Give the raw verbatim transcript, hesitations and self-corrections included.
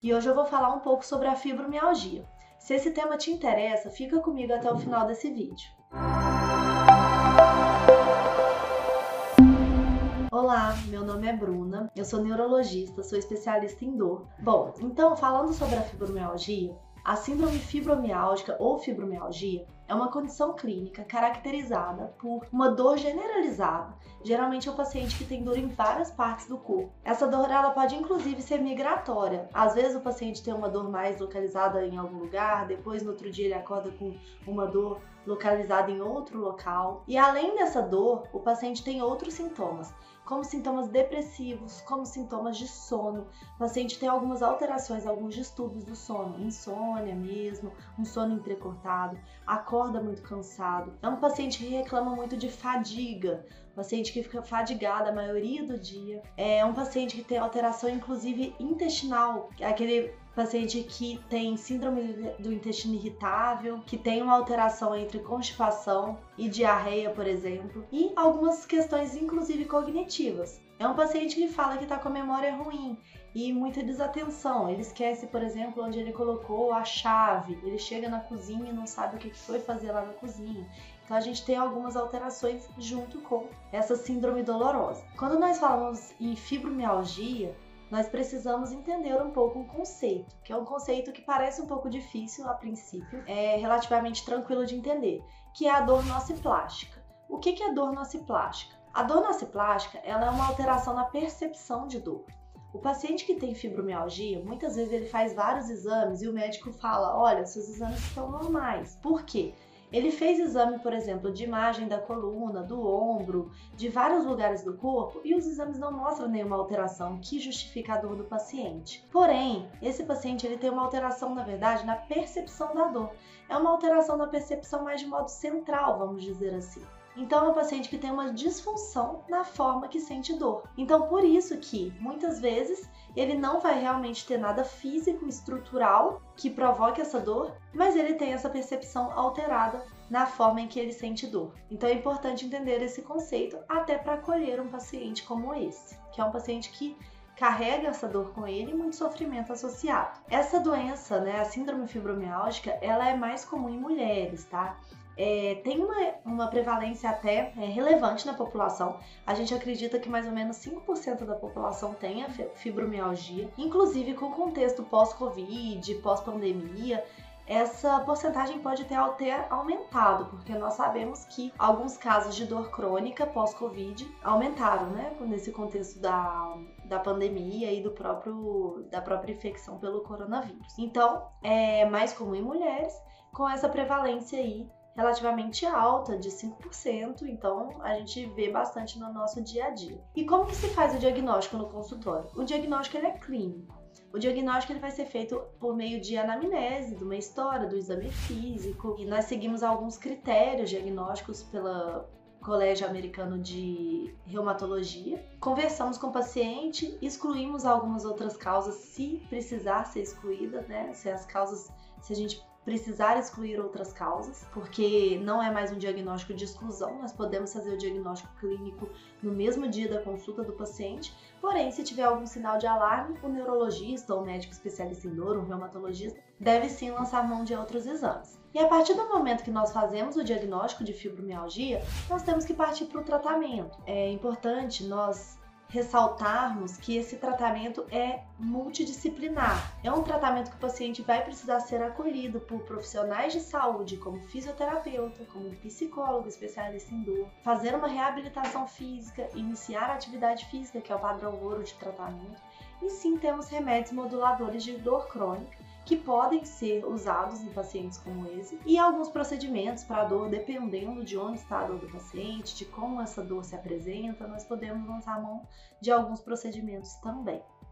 E hoje eu vou falar um pouco sobre a fibromialgia. Se esse tema te interessa, fica comigo até o final desse vídeo. Olá, meu nome é Bruna, eu sou neurologista, sou especialista em dor. Bom, então falando sobre a fibromialgia, a síndrome fibromialgica ou fibromialgia é uma condição clínica caracterizada por uma dor generalizada. Geralmente é um paciente que tem dor em várias partes do corpo. Essa dor ela pode inclusive ser migratória. Às vezes o paciente tem uma dor mais localizada em algum lugar, depois no outro dia ele acorda com uma dor localizada em outro local. E além dessa dor, o paciente tem outros sintomas, como sintomas depressivos, como sintomas de sono. O paciente tem algumas alterações, alguns distúrbios do sono, insônia mesmo, um sono entrecortado, acorda muito cansado. É um paciente que reclama muito de fadiga, paciente que fica fadigado a maioria do dia. É um paciente que tem alteração inclusive intestinal, aquele paciente que tem síndrome do intestino irritável, que tem uma alteração entre constipação e diarreia, por exemplo, e algumas questões inclusive cognitivas. É um paciente que fala que está com a memória ruim e muita desatenção. Ele esquece, por exemplo, onde ele colocou a chave. Ele chega na cozinha e não sabe o que foi fazer lá na cozinha. Então a gente tem algumas alterações junto com essa síndrome dolorosa. Quando nós falamos em fibromialgia, nós precisamos entender um pouco um conceito, que é um conceito que parece um pouco difícil a princípio, é relativamente tranquilo de entender, que é a dor nociplástica. O que é dor nociplástica? A dor nociplástica ela é uma alteração na percepção de dor. O paciente que tem fibromialgia, muitas vezes ele faz vários exames e o médico fala, olha, seus exames estão normais. Por quê? Ele fez exame, por exemplo, de imagem da coluna, do ombro, de vários lugares do corpo e os exames não mostram nenhuma alteração que justifique a dor do paciente. Porém, esse paciente ele tem uma alteração, na verdade, na percepção da dor. É uma alteração na percepção mais de modo central, vamos dizer assim. Então, é um paciente que tem uma disfunção na forma que sente dor. Então, por isso que, muitas vezes, ele não vai realmente ter nada físico, estrutural, que provoque essa dor, mas ele tem essa percepção alterada na forma em que ele sente dor. Então, é importante entender esse conceito até para acolher um paciente como esse, que é um paciente que carrega essa dor com ele e muito sofrimento associado. Essa doença, né, a síndrome fibromialgica, ela é mais comum em mulheres, tá? É, tem uma, uma prevalência até é, relevante na população. A gente acredita que mais ou menos cinco por cento da população tenha fibromialgia, inclusive com o contexto pós-Covid, pós-pandemia. Essa porcentagem pode ter, ter aumentado, porque nós sabemos que alguns casos de dor crônica pós-Covid aumentaram, né, nesse contexto da, da pandemia e do próprio, da própria infecção pelo coronavírus. Então, é mais comum em mulheres, com essa prevalência aí relativamente alta, de cinco por cento, então a gente vê bastante no nosso dia a dia. E como que se faz o diagnóstico no consultório? O diagnóstico ele é clínico. O diagnóstico ele vai ser feito por meio de anamnese, de uma história, do exame físico, e nós seguimos alguns critérios diagnósticos pela Colégio Americano de Reumatologia. Conversamos com o paciente, excluímos algumas outras causas se precisar ser excluída, né? Se as causas, se a gente precisar excluir outras causas, porque não é mais um diagnóstico de exclusão, nós podemos fazer o diagnóstico clínico no mesmo dia da consulta do paciente, porém, se tiver algum sinal de alarme, o neurologista ou médico especialista em dor, um reumatologista, deve sim lançar mão de outros exames. E a partir do momento que nós fazemos o diagnóstico de fibromialgia, nós temos que partir para o tratamento. É importante nós ressaltarmos que esse tratamento é multidisciplinar. É um tratamento que o paciente vai precisar ser acolhido por profissionais de saúde, como fisioterapeuta, como psicólogo especialista em dor, fazer uma reabilitação física, iniciar a atividade física, que é o padrão ouro de tratamento, e sim temos remédios moduladores de dor crônica, que podem ser usados em pacientes como esse, e alguns procedimentos para a dor, dependendo de onde está a dor do paciente, de como essa dor se apresenta, nós podemos lançar mão de alguns procedimentos também.